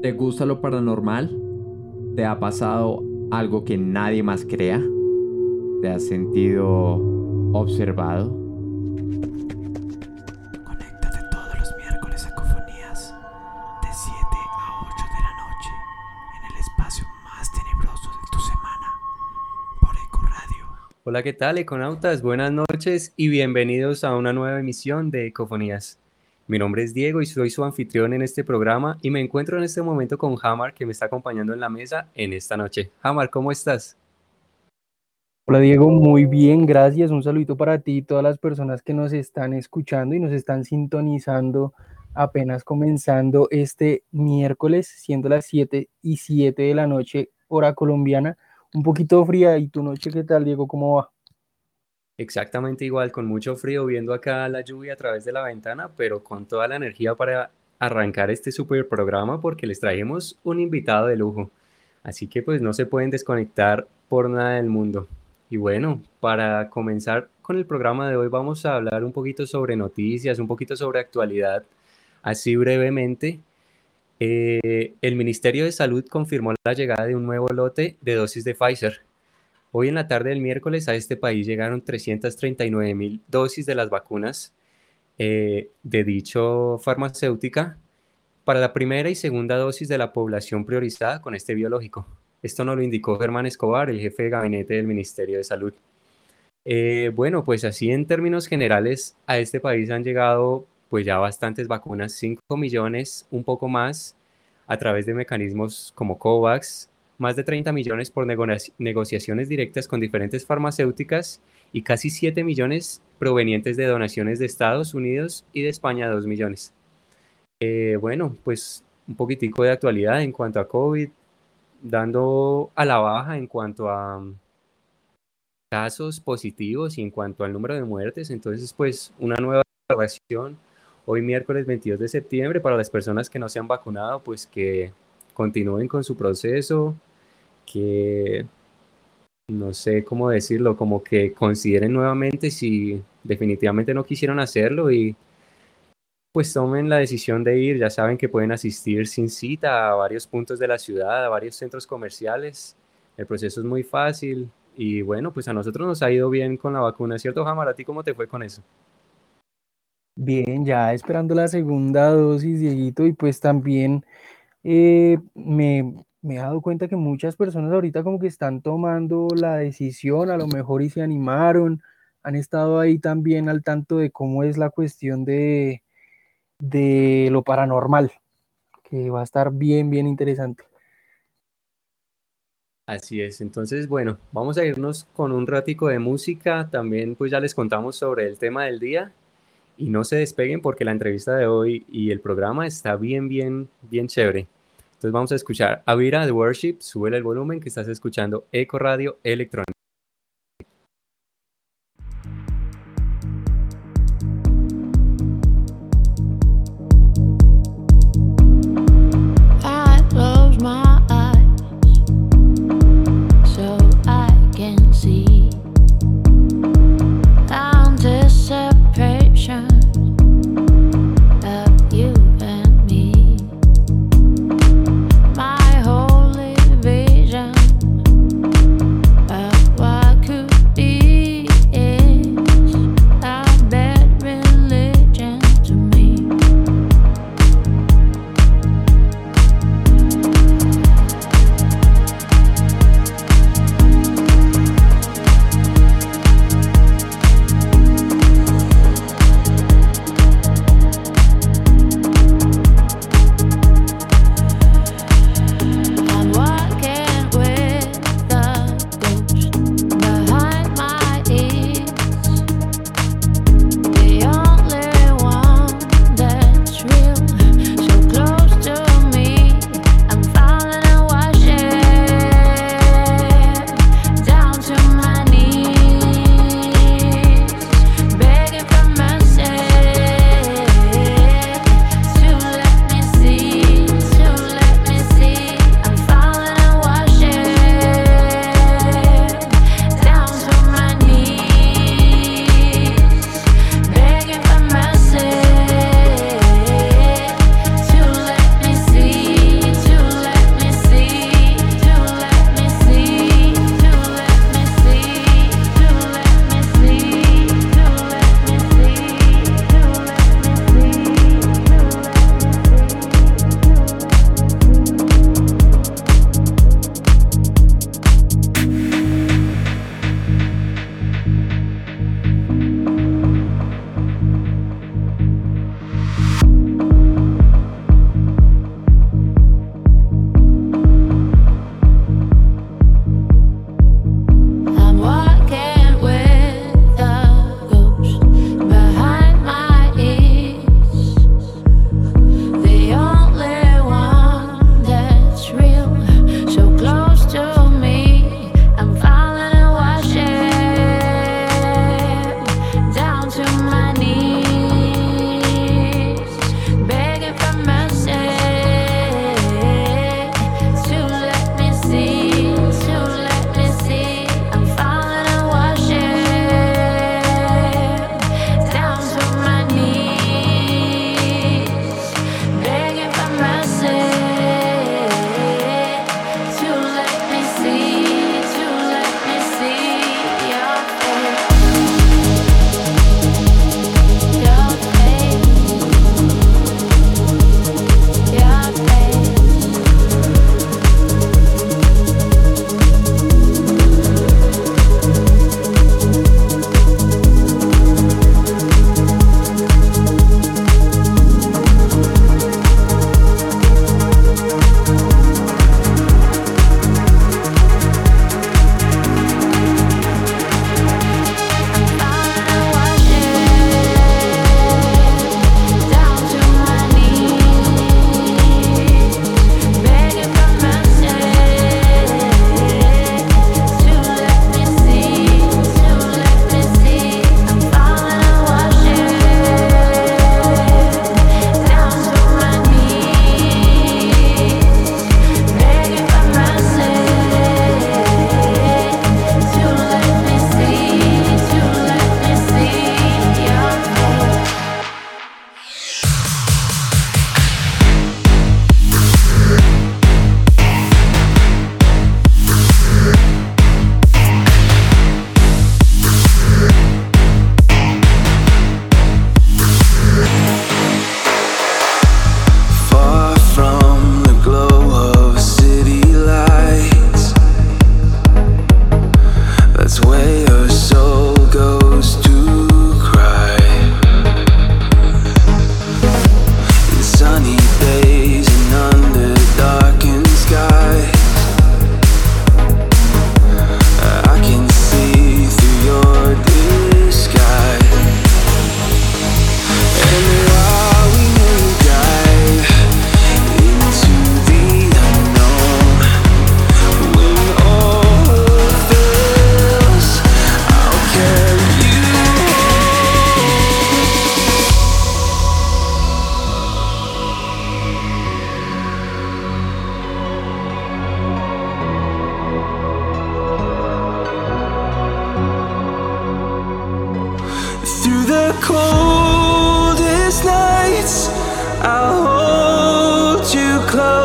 ¿Te gusta lo paranormal? ¿Te ha pasado algo que nadie más crea? ¿Te has sentido observado? Conéctate todos los miércoles a Ecofonías de 7 a 8 de la noche en el espacio más tenebroso de tu semana por Eco Radio. Hola, ¿qué tal, econautas? Buenas noches y bienvenidos a una nueva emisión de Ecofonías. Mi nombre es Diego y soy su anfitrión en este programa y me encuentro en este momento con Hamar, que me está acompañando en la mesa en esta noche. Hamar, ¿cómo estás? Hola Diego, muy bien, gracias. Un saludito para ti y todas las personas que nos están escuchando y nos están sintonizando apenas comenzando este miércoles, siendo las 7:07 de la noche, hora colombiana. Un poquito fría. ¿Y tu noche qué tal, Diego? ¿Cómo va? Exactamente igual, con mucho frío, viendo acá la lluvia a través de la ventana, pero con toda la energía para arrancar este super programa porque les trajimos un invitado de lujo. Así que pues no se pueden desconectar por nada del mundo. Y bueno, para comenzar con el programa de hoy vamos a hablar un poquito sobre noticias, un poquito sobre actualidad, así brevemente. El Ministerio de Salud confirmó la llegada de un nuevo lote de dosis de Pfizer. Hoy en la tarde del miércoles a este país llegaron 339.000 dosis de las vacunas de dicho farmacéutica para la primera y segunda dosis de la población priorizada con este biológico. Esto nos lo indicó Germán Escobar, el jefe de gabinete del Ministerio de Salud. Bueno, pues así en términos generales a este país han llegado pues ya bastantes vacunas, 5 millones, un poco más, a través de mecanismos como COVAX, más de 30 millones por negociaciones directas con diferentes farmacéuticas y casi 7 millones provenientes de donaciones de Estados Unidos y de España 2 millones. Bueno, pues un poquitico de actualidad en cuanto a COVID, dando a la baja en cuanto a casos positivos y en cuanto al número de muertes. Entonces, pues una nueva evaluación hoy miércoles 22 de septiembre para las personas que no se han vacunado, pues que continúen con su proceso, que no sé cómo decirlo, como que consideren nuevamente si definitivamente no quisieron hacerlo y pues tomen la decisión de ir. Ya saben que pueden asistir sin cita a varios puntos de la ciudad, a varios centros comerciales. El proceso es muy fácil y bueno, pues a nosotros nos ha ido bien con la vacuna, ¿cierto, Jamar? ¿A ti cómo te fue con eso? Bien, ya esperando la segunda dosis, Dieguito, y pues también me he dado cuenta que muchas personas ahorita como que están tomando la decisión, a lo mejor y se animaron, han estado ahí también al tanto de cómo es la cuestión de lo paranormal, que va a estar bien, bien interesante. Así es, entonces bueno, vamos a irnos con un ratico de música, también pues ya les contamos sobre el tema del día y no se despeguen porque la entrevista de hoy y el programa está bien, bien, bien chévere. Entonces vamos a escuchar a Vira de Worship, súbele el volumen que estás escuchando Eco Radio Electrónica. I close my eyes so I can see anticipation of you and me. My holy vision of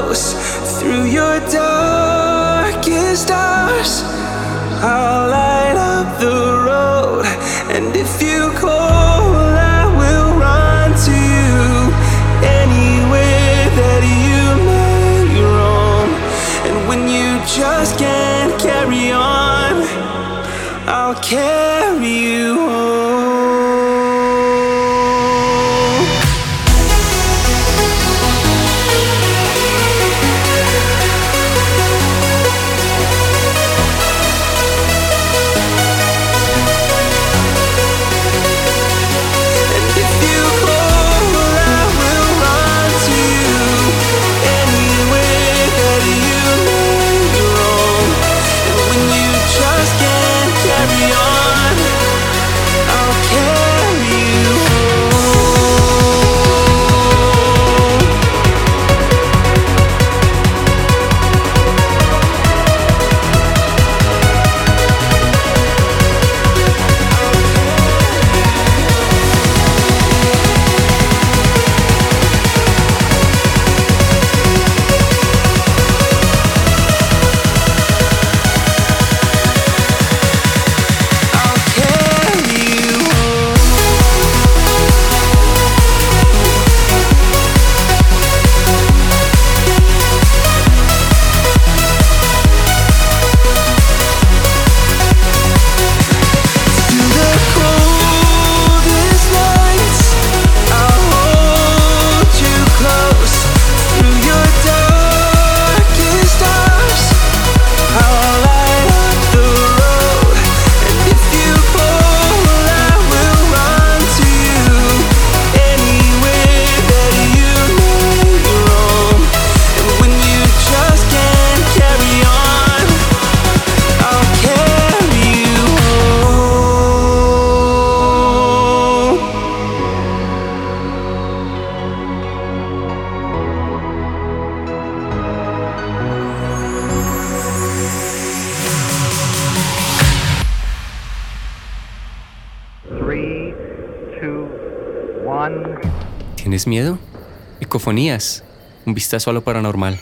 close. Through your darkest hours, I'll light up the road. And if you call, I will run to you. Anywhere that you may roam. And when you just can't carry on, I'll carry you home. ¿Tienes miedo? Ecofonías, un vistazo a lo paranormal.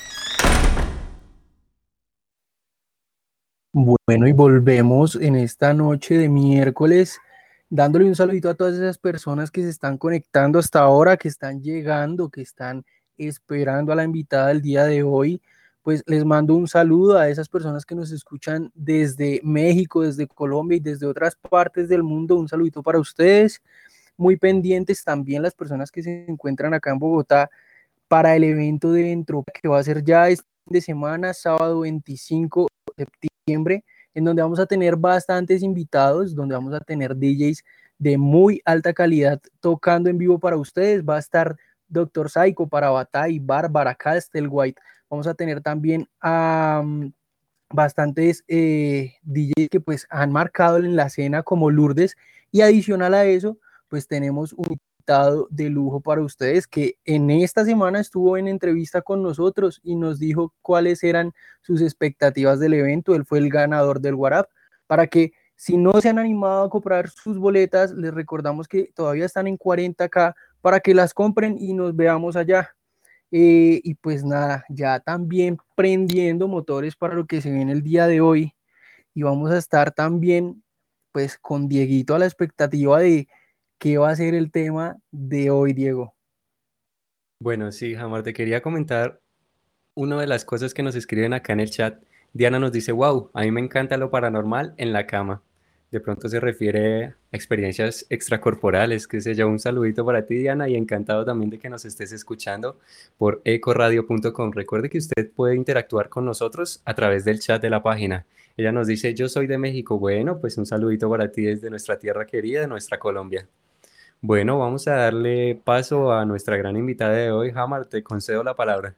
Bueno, y volvemos en esta noche de miércoles, dándole un saludito a todas esas personas que se están conectando hasta ahora, que están llegando, que están esperando a la invitada del día de hoy. Pues les mando un saludo a esas personas que nos escuchan desde México, desde Colombia y desde otras partes del mundo. Un saludito para ustedes. Muy pendientes también las personas que se encuentran acá en Bogotá para el evento de Entropía que va a ser ya este fin de semana, sábado 25 de septiembre, en donde vamos a tener bastantes invitados, donde vamos a tener DJs de muy alta calidad tocando en vivo para ustedes. Va a estar Dr. Psycho para Batay, Bárbara, Castlewhite. Vamos a tener también a bastantes DJs que pues han marcado en la escena como Lourdes, y adicional a eso pues tenemos un invitado de lujo para ustedes que en esta semana estuvo en entrevista con nosotros y nos dijo cuáles eran sus expectativas del evento. Él fue el ganador del Warap. Para que si no se han animado a comprar sus boletas, les recordamos que todavía están en 40K para que las compren y nos veamos allá. Y pues nada, ya también prendiendo motores para lo que se viene el día de hoy, y vamos a estar también pues con Dieguito a la expectativa de qué va a ser el tema de hoy, Diego. Bueno, sí, Jamar, te quería comentar una de las cosas que nos escriben acá en el chat. Diana nos dice, wow, a mí me encanta lo paranormal en la cama. De pronto se refiere a experiencias extracorporales, qué sé yo. Un saludito para ti, Diana, y encantado también de que nos estés escuchando por ecoradio.com. Recuerde que usted puede interactuar con nosotros a través del chat de la página. Ella nos dice, yo soy de México. Bueno, pues un saludito para ti desde nuestra tierra querida, de nuestra Colombia. Bueno, vamos a darle paso a nuestra gran invitada de hoy. Hamar, te concedo la palabra.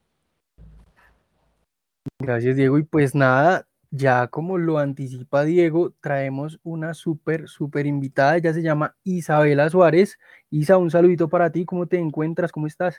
Gracias, Diego. Y pues nada, ya como lo anticipa Diego, traemos una súper invitada. Ella se llama Isabela Suárez. Isa, un saludito para ti. ¿Cómo te encuentras? ¿Cómo estás?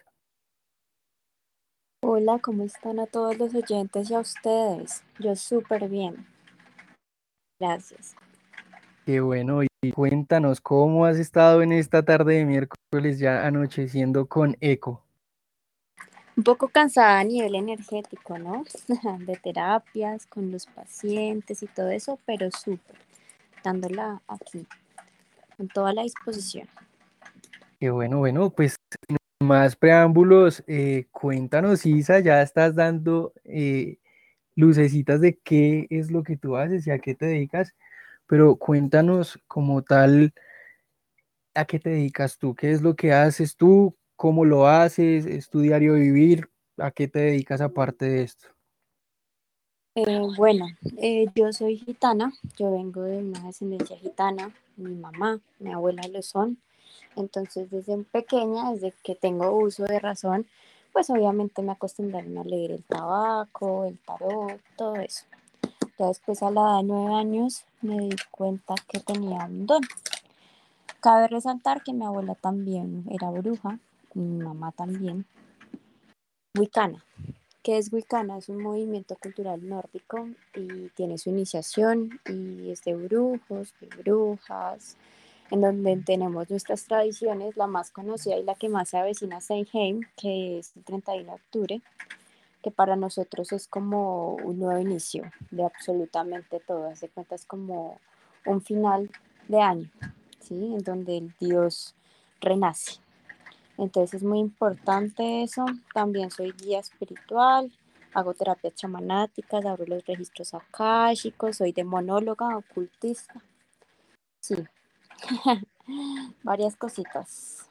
Hola, ¿cómo están a todos los oyentes y a ustedes? Yo súper bien. Gracias. Qué bueno. Y cuéntanos, ¿cómo has estado en esta tarde de miércoles ya anocheciendo con eco? Un poco cansada a nivel energético, ¿no? De terapias con los pacientes y todo eso, pero súper, dándola aquí, con toda la disposición. Qué bueno, bueno, pues más preámbulos, cuéntanos, Isa, ya estás dando lucecitas de qué es lo que tú haces y a qué te dedicas, pero cuéntanos como tal, ¿a qué te dedicas tú? ¿Qué es lo que haces tú? ¿Cómo lo haces? ¿Es tu diario vivir? ¿A qué te dedicas aparte de esto? Bueno, yo soy gitana, yo vengo de una descendencia gitana, mi mamá, mi abuela lo son, entonces desde pequeña, desde que tengo uso de razón, pues obviamente me acostumbraron a leer el tabaco, el tarot, todo eso. Ya después a la edad de 9 años me di cuenta que tenía un don. Cabe resaltar que mi abuela también era bruja, mi mamá también, wicana. ¿Qué es Wicana? Es un movimiento cultural nórdico y tiene su iniciación y es de brujos, de brujas, en donde tenemos nuestras tradiciones, la más conocida y la que más se avecina a Samhain, que es el 31 de octubre, que para nosotros es como un nuevo inicio de absolutamente todo, de cuenta es como un final de año, ¿sí? En donde el Dios renace. Entonces es muy importante eso. También soy guía espiritual, hago terapias chamanáticas, abro los registros akáshicos, soy demonóloga, ocultista. Sí, varias cositas.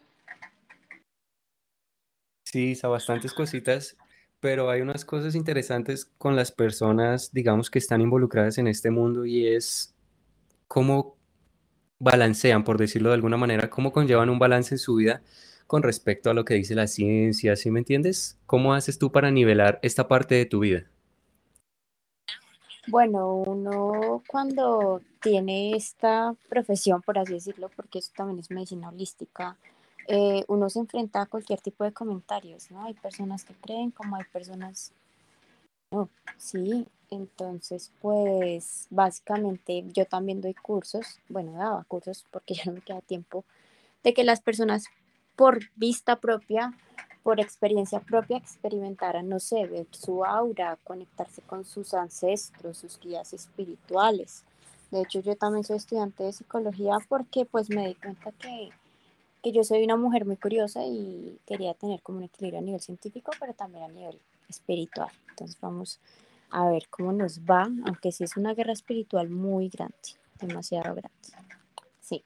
Sí, Isa, bastantes cositas, pero hay unas cosas interesantes con las personas, digamos, que están involucradas en este mundo y es cómo balancean, por decirlo de alguna manera, cómo conllevan un balance en su vida con respecto a lo que dice la ciencia, ¿sí me entiendes? ¿Cómo haces tú para nivelar esta parte de tu vida? Bueno, uno cuando tiene esta profesión, por así decirlo, porque eso también es medicina holística, uno se enfrenta a cualquier tipo de comentarios, ¿no? Hay personas que creen, como hay personas. Oh, sí, entonces pues básicamente yo también doy cursos, bueno, daba cursos porque ya no me queda tiempo, de que las personas por vista propia, por experiencia propia, experimentaran, no sé, ver su aura, conectarse con sus ancestros, sus guías espirituales. De hecho, yo también soy estudiante de psicología porque pues me di cuenta que yo soy una mujer muy curiosa y quería tener como un equilibrio a nivel científico, pero también a nivel espiritual. Entonces vamos a ver cómo nos va, aunque sí es una guerra espiritual muy grande, demasiado grande. Sí.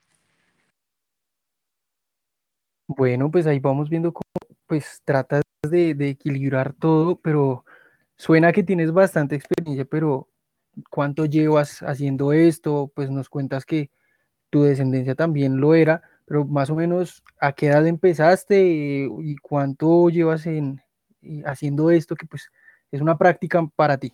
Bueno, pues ahí vamos viendo cómo pues tratas de equilibrar todo, pero suena que tienes bastante experiencia, pero ¿cuánto llevas haciendo esto? Pues nos cuentas que tu descendencia también lo era, pero más o menos ¿a qué edad empezaste y cuánto llevas haciendo esto que pues es una práctica para ti?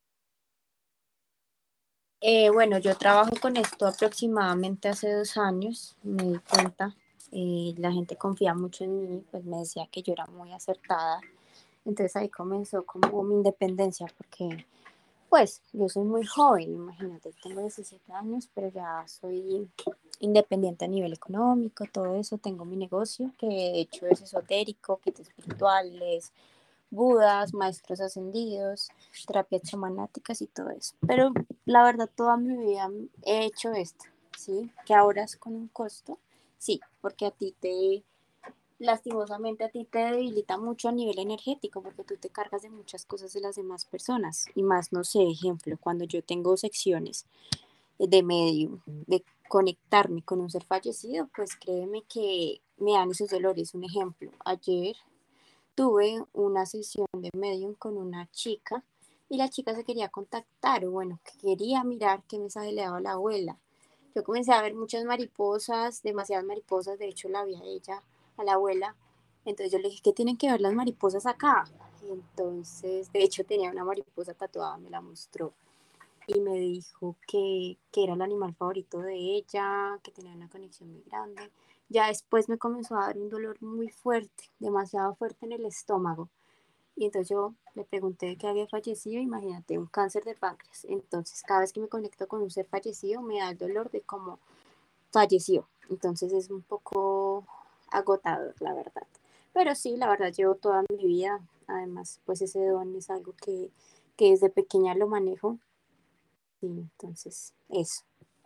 Bueno, yo trabajo con esto aproximadamente hace 2 años, me di cuenta, la gente confía mucho en mí, pues me decía que yo era muy acertada, entonces ahí comenzó como mi independencia, porque pues yo soy muy joven, imagínate, tengo 17 años, pero ya soy independiente a nivel económico, todo eso, tengo mi negocio, que de hecho es esotérico, kits espirituales, budas, maestros ascendidos, terapias chamanáticas y todo eso. Pero la verdad, toda mi vida he hecho esto, ¿sí? Que ahora es con un costo, sí, porque a ti te, lastimosamente a ti te debilita mucho a nivel energético porque tú te cargas de muchas cosas de las demás personas y más, no sé, ejemplo, cuando yo tengo secciones de medium, de conectarme con un ser fallecido, pues créeme que me dan esos dolores. Un ejemplo, ayer tuve una sesión de medium con una chica y la chica se quería contactar o bueno, que quería mirar qué mensaje le daba la abuela. Yo comencé a ver muchas mariposas, demasiadas mariposas, de hecho la vi a ella, a la abuela. Entonces yo le dije, ¿qué tienen que ver las mariposas acá? Y entonces, de hecho tenía una mariposa tatuada, me la mostró y me dijo que era el animal favorito de ella, que tenía una conexión muy grande. Ya después me comenzó a dar un dolor muy fuerte, demasiado fuerte en el estómago. Y entonces yo le pregunté de qué había fallecido, imagínate, un cáncer de páncreas. Entonces cada vez que me conecto con un ser fallecido me da el dolor de cómo falleció. Entonces es un poco agotador, la verdad. Pero sí, la verdad llevo toda mi vida. Además, pues ese don es algo que desde pequeña lo manejo. Y entonces, eso.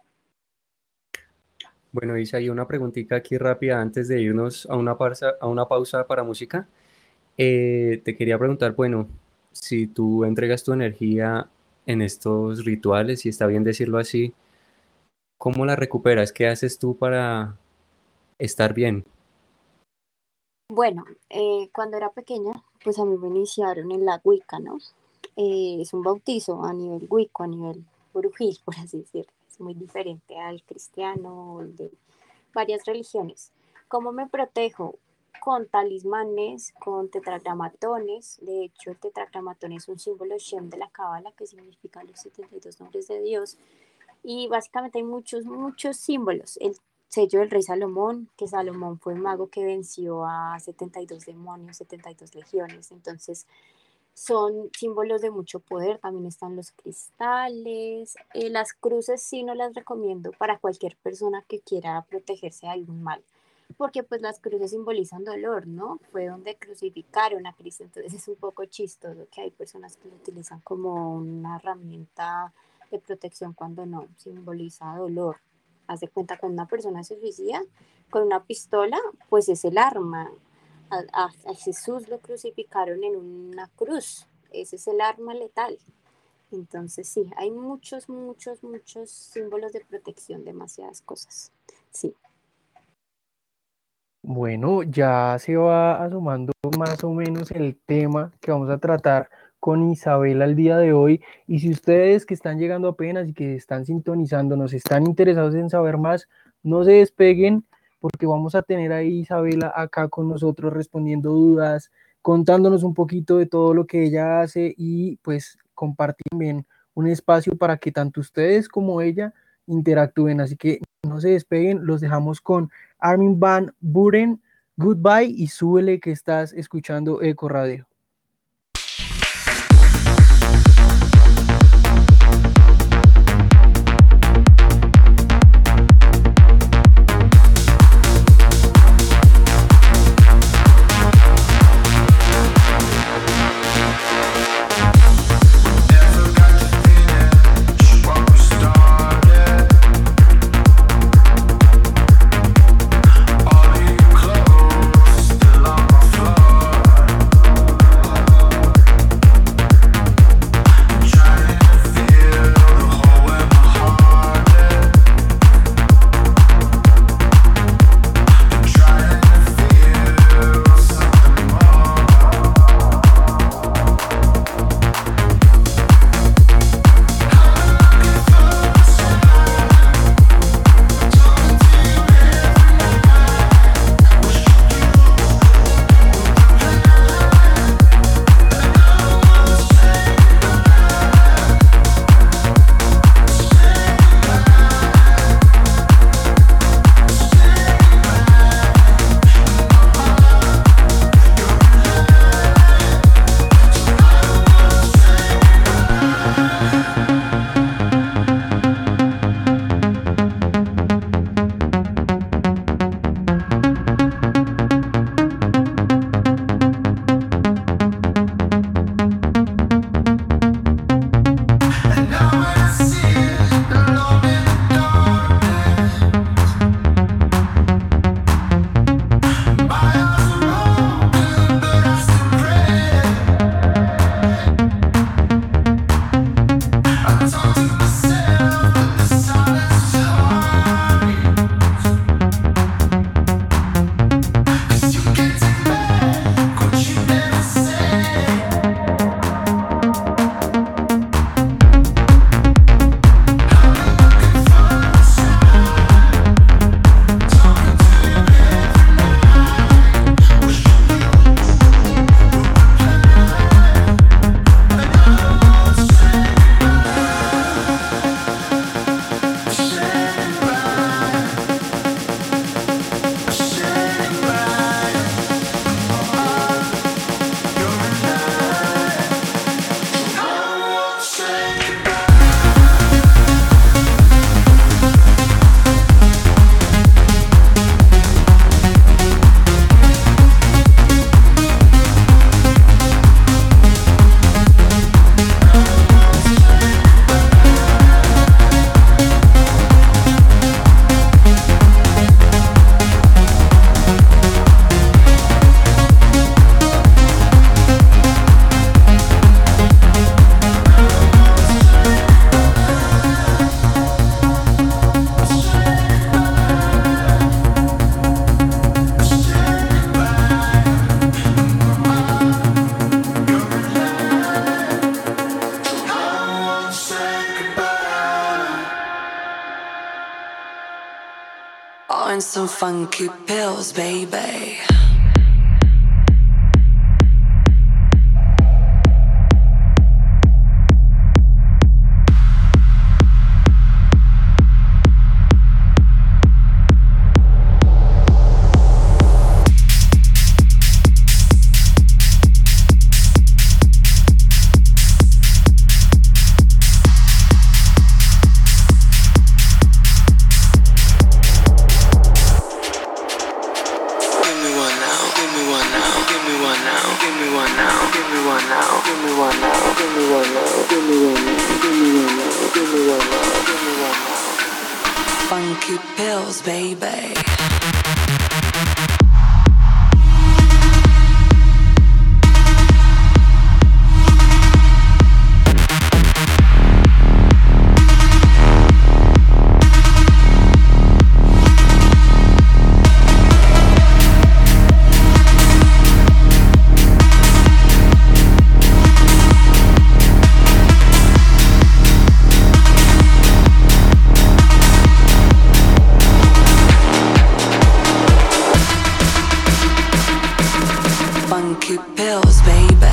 Bueno, Isa, y una preguntita aquí rápida antes de irnos a una pausa para música. Te quería preguntar, bueno, si tú entregas tu energía en estos rituales, si está bien decirlo así, ¿cómo la recuperas? ¿Qué haces tú para estar bien? Bueno, cuando era pequeña, pues a mí me iniciaron en la Wicca, ¿no? Es un bautizo a nivel Wicca, a nivel brujil, por así decirlo. Es muy diferente al cristiano, de varias religiones. ¿Cómo me protejo? Con talismanes, con tetragramatones. De hecho, el tetragramatón es un símbolo Shem de la Cábala que significa los 72 nombres de Dios. Y básicamente hay muchos, muchos símbolos. El sello del rey Salomón, que Salomón fue un mago que venció a 72 demonios, 72 legiones. Entonces, son símbolos de mucho poder. También están los cristales. Las cruces sí no las recomiendo para cualquier persona que quiera protegerse de algún mal, porque pues las cruces simbolizan dolor, ¿no? Fue donde crucificaron a Cristo, entonces es un poco chistoso que hay personas que lo utilizan como una herramienta de protección cuando no, simboliza dolor. Haz de cuenta, cuando una persona se suicida con una pistola, pues es el arma. A Jesús lo crucificaron en una cruz, ese es el arma letal. Entonces sí, hay muchos, muchos, muchos símbolos de protección, demasiadas cosas. Sí. Bueno, ya se va asomando más o menos el tema que vamos a tratar con Isabela el día de hoy. Y si ustedes que están llegando apenas y que están sintonizando, nos están interesados en saber más, no se despeguen porque vamos a tener a Isabela acá con nosotros respondiendo dudas, contándonos un poquito de todo lo que ella hace y pues compartir también un espacio para que tanto ustedes como ella interactúen. Así que no se despeguen, los dejamos con Armin van Buren, Goodbye, y súbele que estás escuchando Eco Radio. All you close, still on my floor. some funky pills, baby. Funky pills, baby. Funky pills, baby.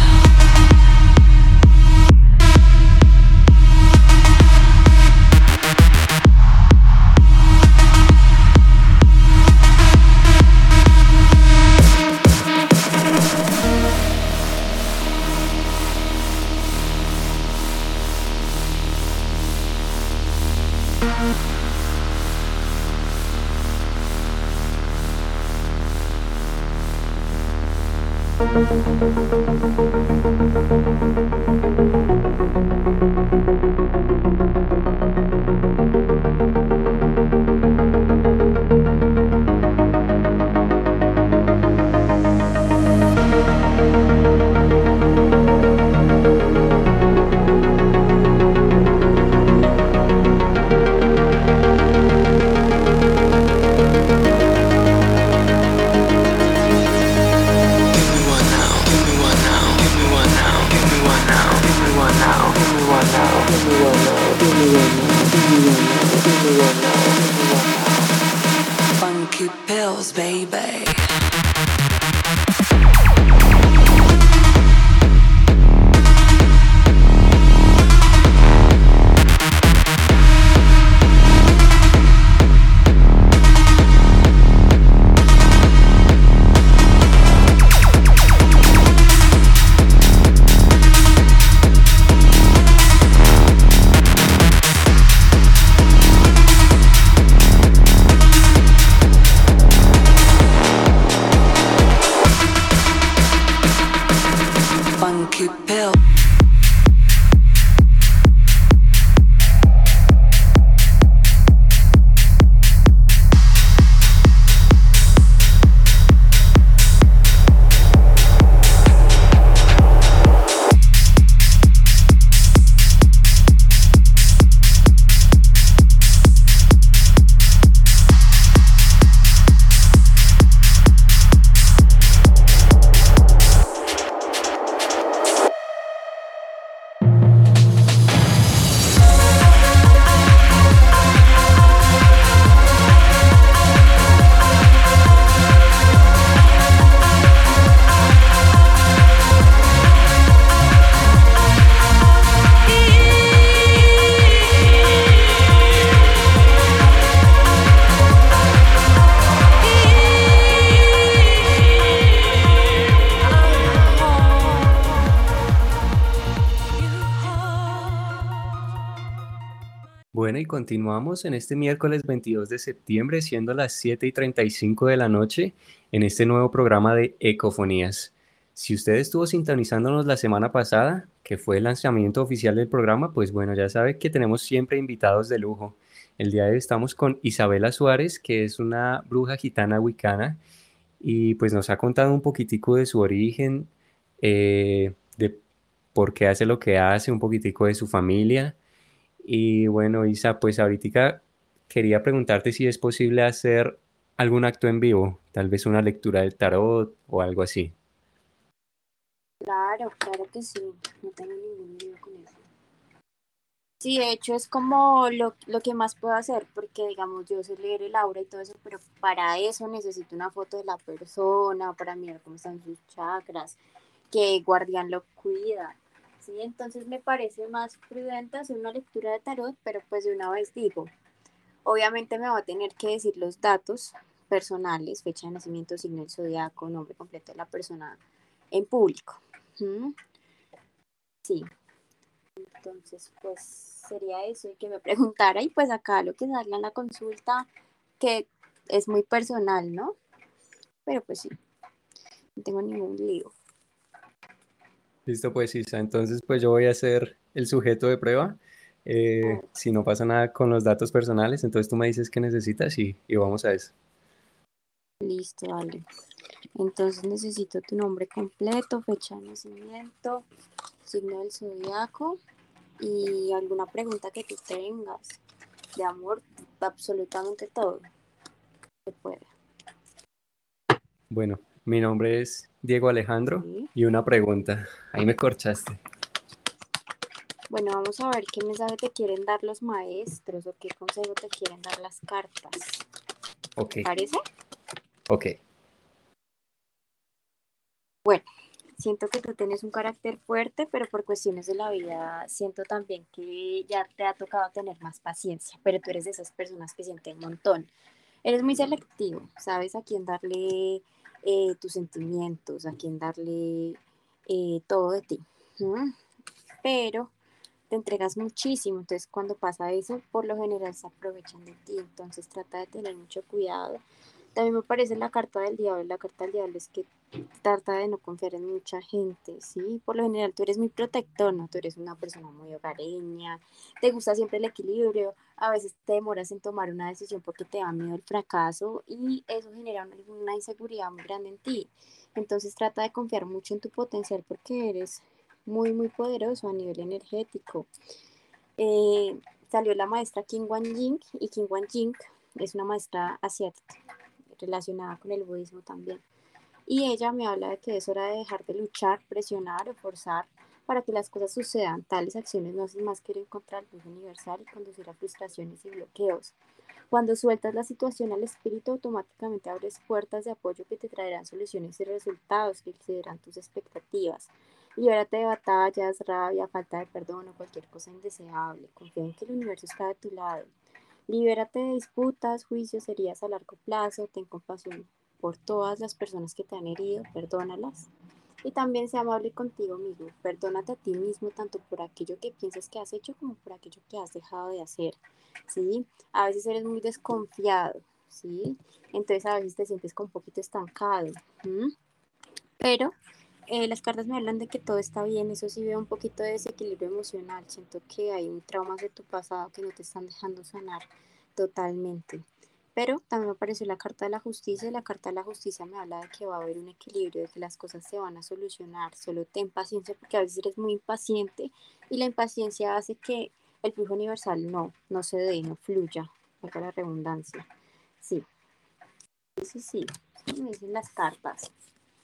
Funky pills, baby. Funky pill. Bueno, y continuamos en este miércoles 22 de septiembre, siendo las 7:35 de la noche, en este nuevo programa de Ecofonías. Si usted estuvo sintonizándonos la semana pasada, que fue el lanzamiento oficial del programa, pues bueno, ya sabe que tenemos siempre invitados de lujo. El día de hoy estamos con Isabela Suárez, que es una bruja gitana wicana, y pues nos ha contado un poquitico de su origen, de por qué hace lo que hace, un poquitico de su familia. Y bueno, Isa, pues ahorita quería preguntarte si es posible hacer algún acto en vivo, tal vez una lectura del tarot o algo así. Claro, claro que sí. No tengo ningún lío con eso. Sí, de hecho es como lo que más puedo hacer, porque digamos yo sé leer el aura y todo eso, pero para eso necesito una foto de la persona, para mirar cómo están sus chakras, que Guardián lo cuida. Sí, entonces me parece más prudente hacer una lectura de tarot, pero pues de una vez digo, obviamente me va a tener que decir los datos personales, fecha de nacimiento, signo del zodiaco, nombre completo de la persona en público. ¿Mm? Sí, entonces pues sería eso y que me preguntara y pues acá lo que salga en la consulta, que es muy personal, ¿no? Pero pues sí, no tengo ningún lío. Listo, pues Isa. Entonces, pues yo voy a ser el sujeto de prueba. Oh, Si no pasa nada con los datos personales, entonces tú me dices qué necesitas y vamos a eso. listo, dale. Entonces necesito tu nombre completo, fecha de nacimiento, signo del zodiaco y alguna pregunta que tú tengas de amor, absolutamente todo se puede. Bueno, mi nombre es Diego Alejandro ¿Sí? y una pregunta. Ahí me corchaste. Bueno, vamos a ver qué mensaje te quieren dar los maestros o qué consejo te quieren dar las cartas. Ok, ¿Te parece? ok. Bueno, siento que tú tienes un carácter fuerte, pero por cuestiones de la vida siento también que ya te ha tocado tener más paciencia, pero tú eres de esas personas que sienten un montón. Eres muy selectivo, sabes a quién darle tus sentimientos, a quién darle todo de ti. ¿Mm? Pero te entregas muchísimo, entonces cuando pasa eso, por lo general se aprovechan de ti, entonces trata de tener mucho cuidado. También me parece la carta del diablo es que trata de no confiar en mucha gente, ¿sí? Por lo general tú eres muy protector, ¿no? Tú eres una persona muy hogareña, te gusta siempre el equilibrio, a veces te demoras en tomar una decisión porque te da miedo el fracaso y eso genera una inseguridad muy grande en ti. Entonces trata de confiar mucho en tu potencial porque eres muy, muy poderoso a nivel energético. Eh, Salió la maestra Kim Wan Ying y Kim Wan Ying es una maestra asiática relacionada con el budismo también. Y ella me habla de que es hora de dejar de luchar, presionar o forzar para que las cosas sucedan. Tales acciones no hacen más que ir en contra del luz universal y conducir a frustraciones y bloqueos. Cuando sueltas la situación al espíritu, automáticamente abres puertas de apoyo que te traerán soluciones y resultados que excederán tus expectativas. Libérate de batallas, rabia, falta de perdón o cualquier cosa indeseable. Confía en que el universo está de tu lado. Libérate de disputas, juicios, heridas a largo plazo. Ten compasión por todas las personas que te han herido, perdónalas. Y también sea amable contigo mismo. Perdónate a ti mismo tanto por aquello que piensas que has hecho como por aquello que has dejado de hacer. ¿Sí? A veces eres muy desconfiado, ¿sí? Entonces a veces te sientes como un poquito estancado. ¿M? Pero las cartas me hablan de que todo está bien, eso sí veo un poquito de desequilibrio emocional, siento que hay un traumas de tu pasado que no te están dejando sanar totalmente. Pero también me apareció la carta de la justicia y la carta de la justicia me habla de que va a haber un equilibrio, de que las cosas se van a solucionar, solo ten paciencia porque a veces eres muy impaciente y la impaciencia hace que el flujo universal no se dé, no fluya, para la redundancia. Sí, sí, sí, sí, me dicen las cartas.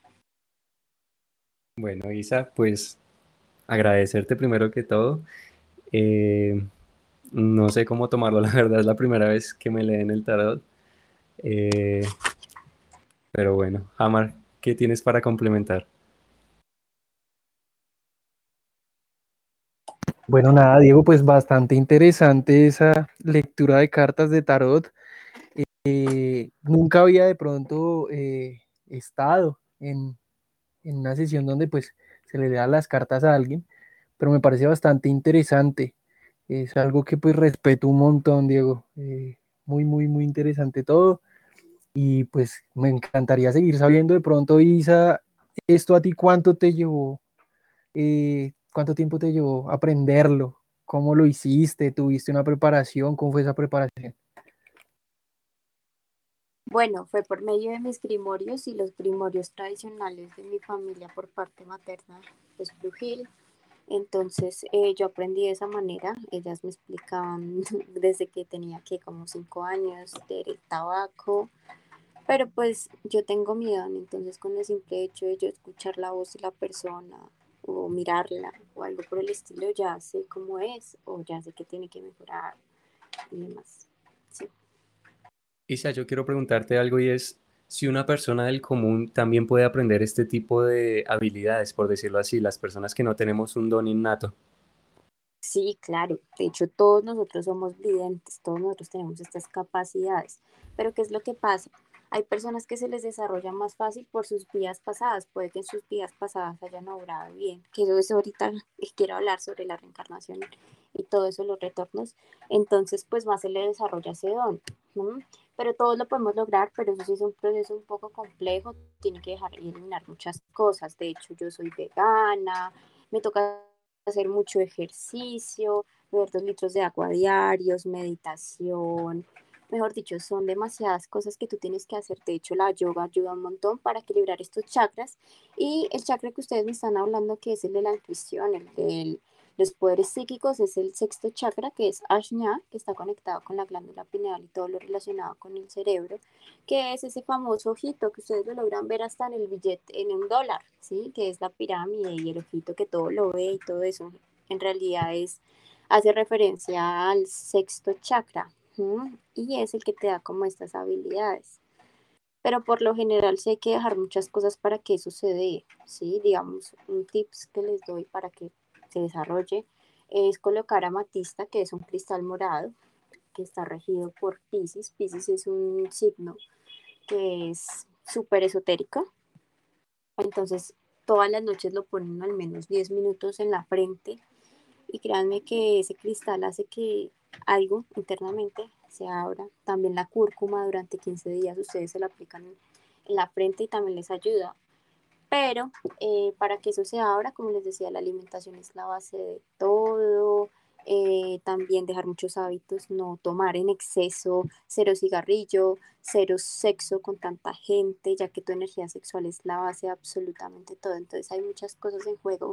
Bueno, Isa, pues agradecerte primero que todo. Eh, no sé cómo tomarlo, la verdad es la primera vez que me leen el tarot. Eh, pero bueno, Hamar, ¿qué tienes para complementar? Bueno, nada, Diego, pues bastante interesante esa lectura de cartas de tarot. Nunca había de pronto estado en una sesión donde pues se le da las cartas a alguien, pero me parece bastante interesante. Es algo que pues respeto un montón, Diego. Muy, muy, muy interesante todo. Y pues me encantaría seguir sabiendo de pronto, Isa, esto a ti cuánto te llevó, cuánto tiempo te llevó aprenderlo, cómo lo hiciste, tuviste una preparación, cómo fue esa preparación. Bueno, fue por medio de mis grimorios y los grimorios tradicionales de mi familia por parte materna, es brujil. Entonces yo aprendí de esa manera. Ellas me explicaban desde que tenía que como 5 años del tabaco, pero pues yo tengo miedo, ¿no? Entonces con el simple hecho de yo escuchar la voz de la persona o mirarla o algo por el estilo, ya sé cómo es o ya sé que tiene que mejorar y demás. Sí. Isa, yo quiero preguntarte algo y es si una persona del común también puede aprender este tipo de habilidades, por decirlo así, las personas que no tenemos un don innato. Sí, claro. De hecho, todos nosotros somos videntes, todos nosotros tenemos estas capacidades. Pero ¿qué es lo que pasa? Hay personas que se les desarrolla más fácil por sus vidas pasadas. Puede que en sus vidas pasadas hayan obrado bien. Que eso es ahorita que quiero hablar sobre la reencarnación y todo eso, los retornos. Entonces, pues más se le desarrolla ese don, ¿no? Pero todos lo podemos lograr, pero eso sí es un proceso un poco complejo. Tiene que dejar y eliminar muchas cosas. De hecho, yo soy vegana, me toca hacer mucho ejercicio, beber 2 litros de agua diarios, meditación. Mejor dicho, son demasiadas cosas que tú tienes que hacer. De hecho, la yoga ayuda un montón para equilibrar estos chakras. Y el chakra que ustedes me están hablando, que es el de la intuición, el de los poderes psíquicos, es el sexto chakra, que es Ajna, que está conectado con la glándula pineal y todo lo relacionado con el cerebro, que es ese famoso ojito que ustedes lo logran ver hasta en el billete, en un dólar, ¿sí? Que es la pirámide y el ojito que todo lo ve y todo eso. En realidad hace referencia al sexto chakra, ¿sí? Y es el que te da como estas habilidades. Pero por lo general sí hay que dejar muchas cosas para que eso se dé, ¿sí? Digamos, un tips que les doy para que se desarrolle es colocar amatista, que es un cristal morado, que está regido por Piscis. Piscis es un signo que es súper esotérico. Entonces, todas las noches lo ponen al menos 10 minutos en la frente y créanme que ese cristal hace que algo internamente se abra. También la cúrcuma durante 15 días ustedes se la aplican en la frente y también les ayuda. Pero para que eso se abra, como les decía, la alimentación es la base de todo. También dejar muchos hábitos, no tomar en exceso, cero cigarrillo, cero sexo con tanta gente, ya que tu energía sexual es la base de absolutamente todo. Entonces hay muchas cosas en juego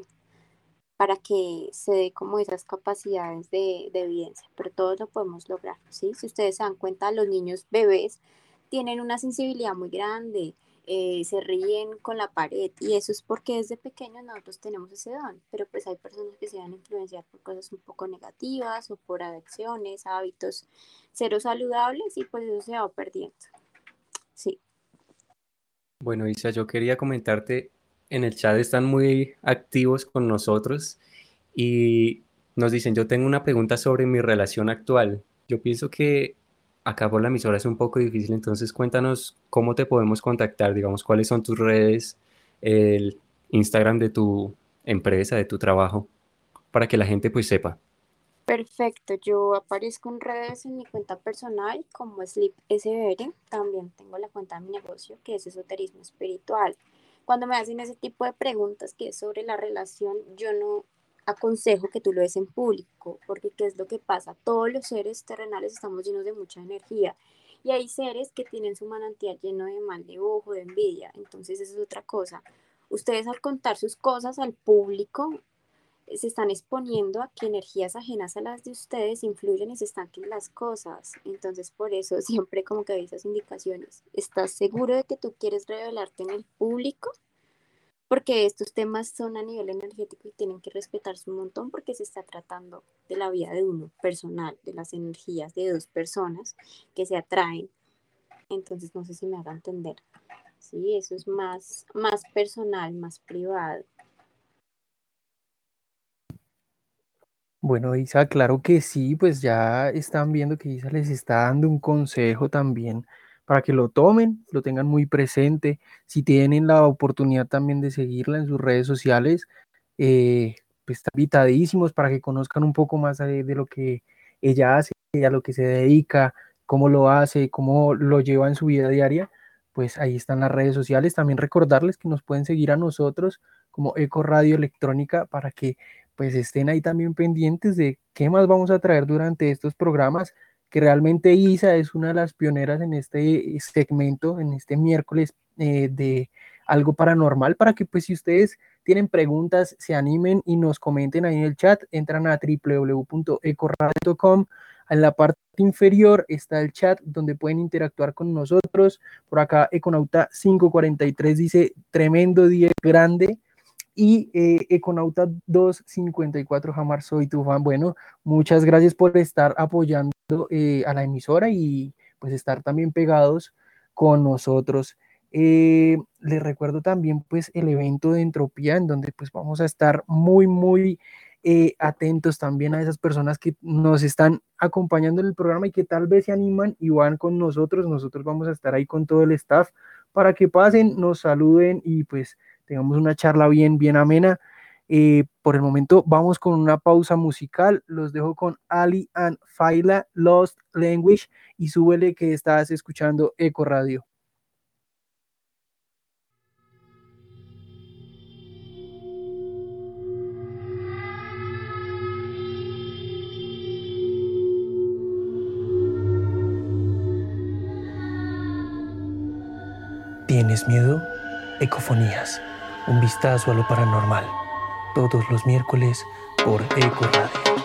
para que se dé como esas capacidades de evidencia, pero todos lo podemos lograr, ¿sí? Si ustedes se dan cuenta, los niños bebés tienen una sensibilidad muy grande, se ríen con la pared y eso es porque desde pequeños nosotros tenemos ese don, pero pues hay personas que se van a influenciar por cosas un poco negativas o por adicciones, hábitos cero saludables y pues eso se va perdiendo, sí. Bueno, Isa, yo quería comentarte, en el chat están muy activos con nosotros y nos dicen, yo tengo una pregunta sobre mi relación actual. Yo pienso que acá por la emisora es un poco difícil, entonces cuéntanos cómo te podemos contactar, digamos, cuáles son tus redes, el Instagram de tu empresa, de tu trabajo, para que la gente pues sepa. Perfecto, yo aparezco en redes en mi cuenta personal como Sleep SBR, también tengo la cuenta de mi negocio que es esoterismo espiritual. Cuando me hacen ese tipo de preguntas que es sobre la relación, yo no aconsejo que tú lo des en público, porque ¿qué es lo que pasa? Todos los seres terrenales estamos llenos de mucha energía y hay seres que tienen su manantial lleno de mal de ojo, de envidia, entonces eso es otra cosa. Ustedes al contar sus cosas al público se están exponiendo a que energías ajenas a las de ustedes influyen y se estanquen las cosas. Entonces, por eso siempre como que hay esas indicaciones. ¿Estás seguro de que tú quieres revelarte en el público? Porque estos temas son a nivel energético y tienen que respetarse un montón porque se está tratando de la vida de uno personal, de las energías de dos personas que se atraen. Entonces, no sé si me haga entender. Sí, eso es más personal, más privado. Bueno, Isa, claro que sí, pues ya están viendo que Isa les está dando un consejo también para que lo tomen, lo tengan muy presente. Si tienen la oportunidad también de seguirla en sus redes sociales, pues están invitadísimos para que conozcan un poco más de lo que ella hace, a lo que se dedica, cómo lo hace, cómo lo lleva en su vida diaria. Pues ahí están las redes sociales. También recordarles que nos pueden seguir a nosotros como Eco Radio Electrónica para que pues estén ahí también pendientes de qué más vamos a traer durante estos programas, que realmente Isa es una de las pioneras en este segmento, en este miércoles de algo paranormal, para que pues si ustedes tienen preguntas, se animen y nos comenten ahí en el chat, entran a www.ecoradio.com, en la parte inferior está el chat donde pueden interactuar con nosotros. Por acá Econauta 543 dice, tremendo día grande. y Econauta 254, Jamar, soy tu fan. Bueno, muchas gracias por estar apoyando a la emisora y pues estar también pegados con nosotros. Les recuerdo también pues el evento de Entropía, en donde pues vamos a estar muy atentos también a esas personas que nos están acompañando en el programa y que tal vez se animan y van con nosotros. Nosotros vamos a estar ahí con todo el staff para que pasen, nos saluden y pues tengamos una charla bien amena. Por el momento vamos con una pausa musical. Los dejo con Ali and Faila, Lost Language, y súbele que estás escuchando Eco Radio. ¿Tienes miedo? Ecofonías, un vistazo a lo paranormal. Todos los miércoles por Eco Radio.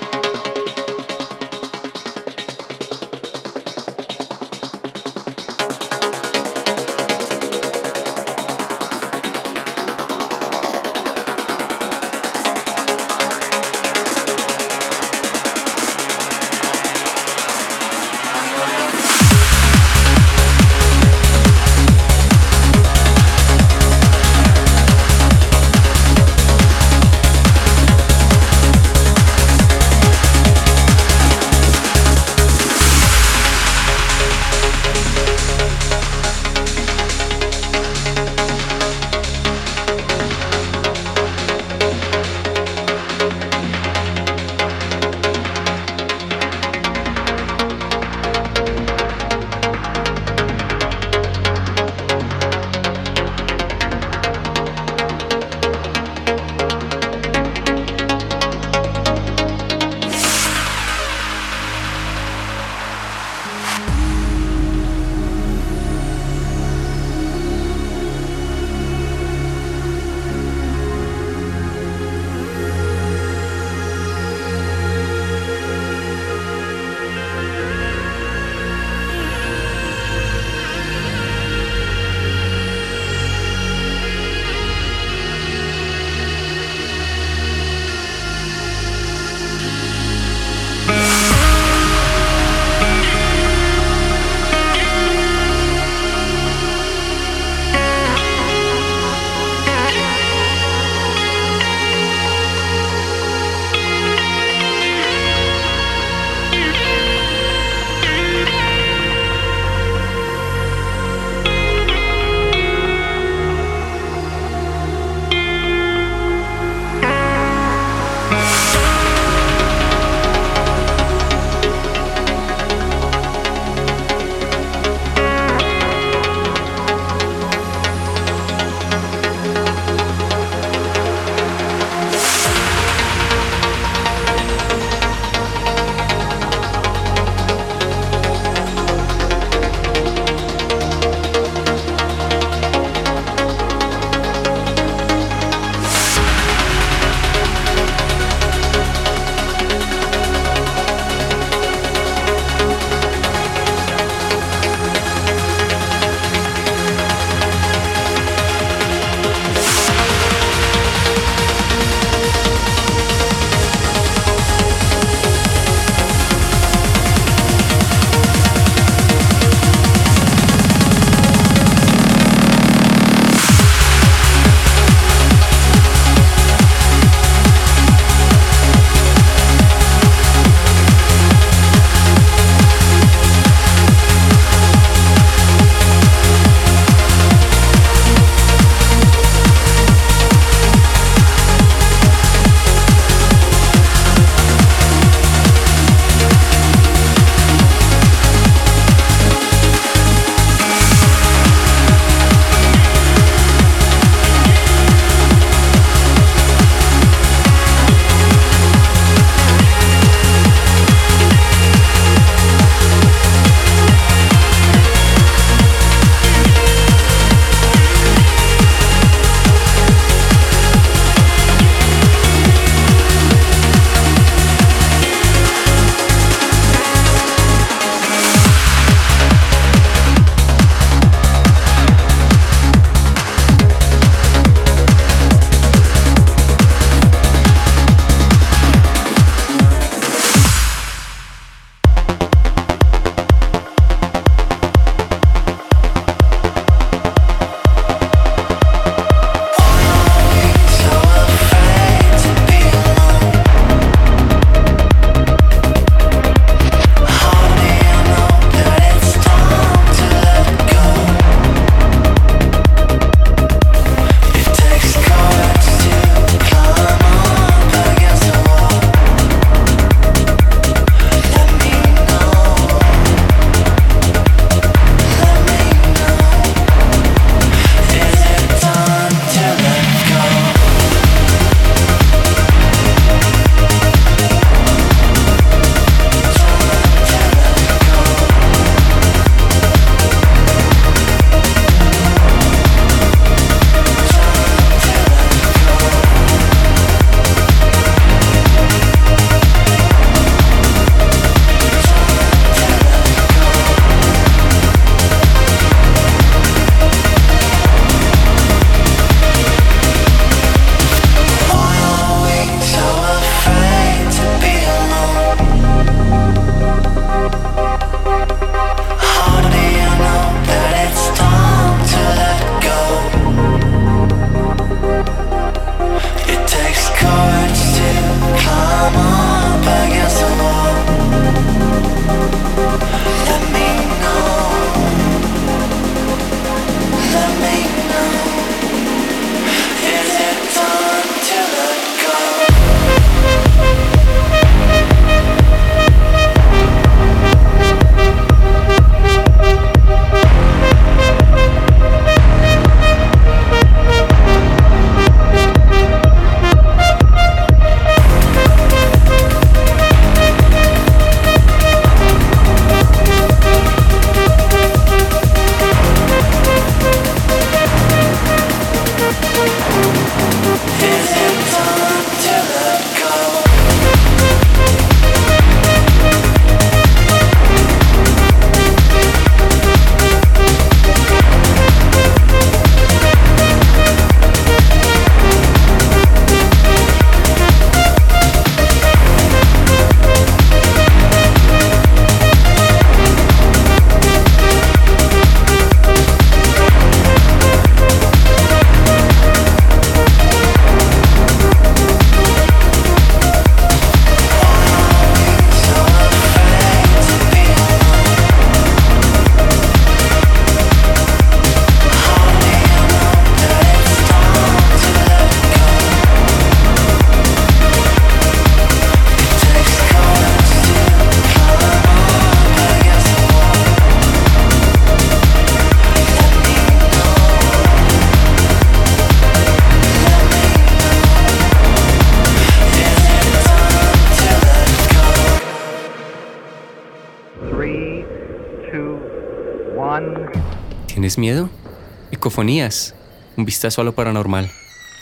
¿Tienes miedo? Ecofonías, un vistazo a lo paranormal.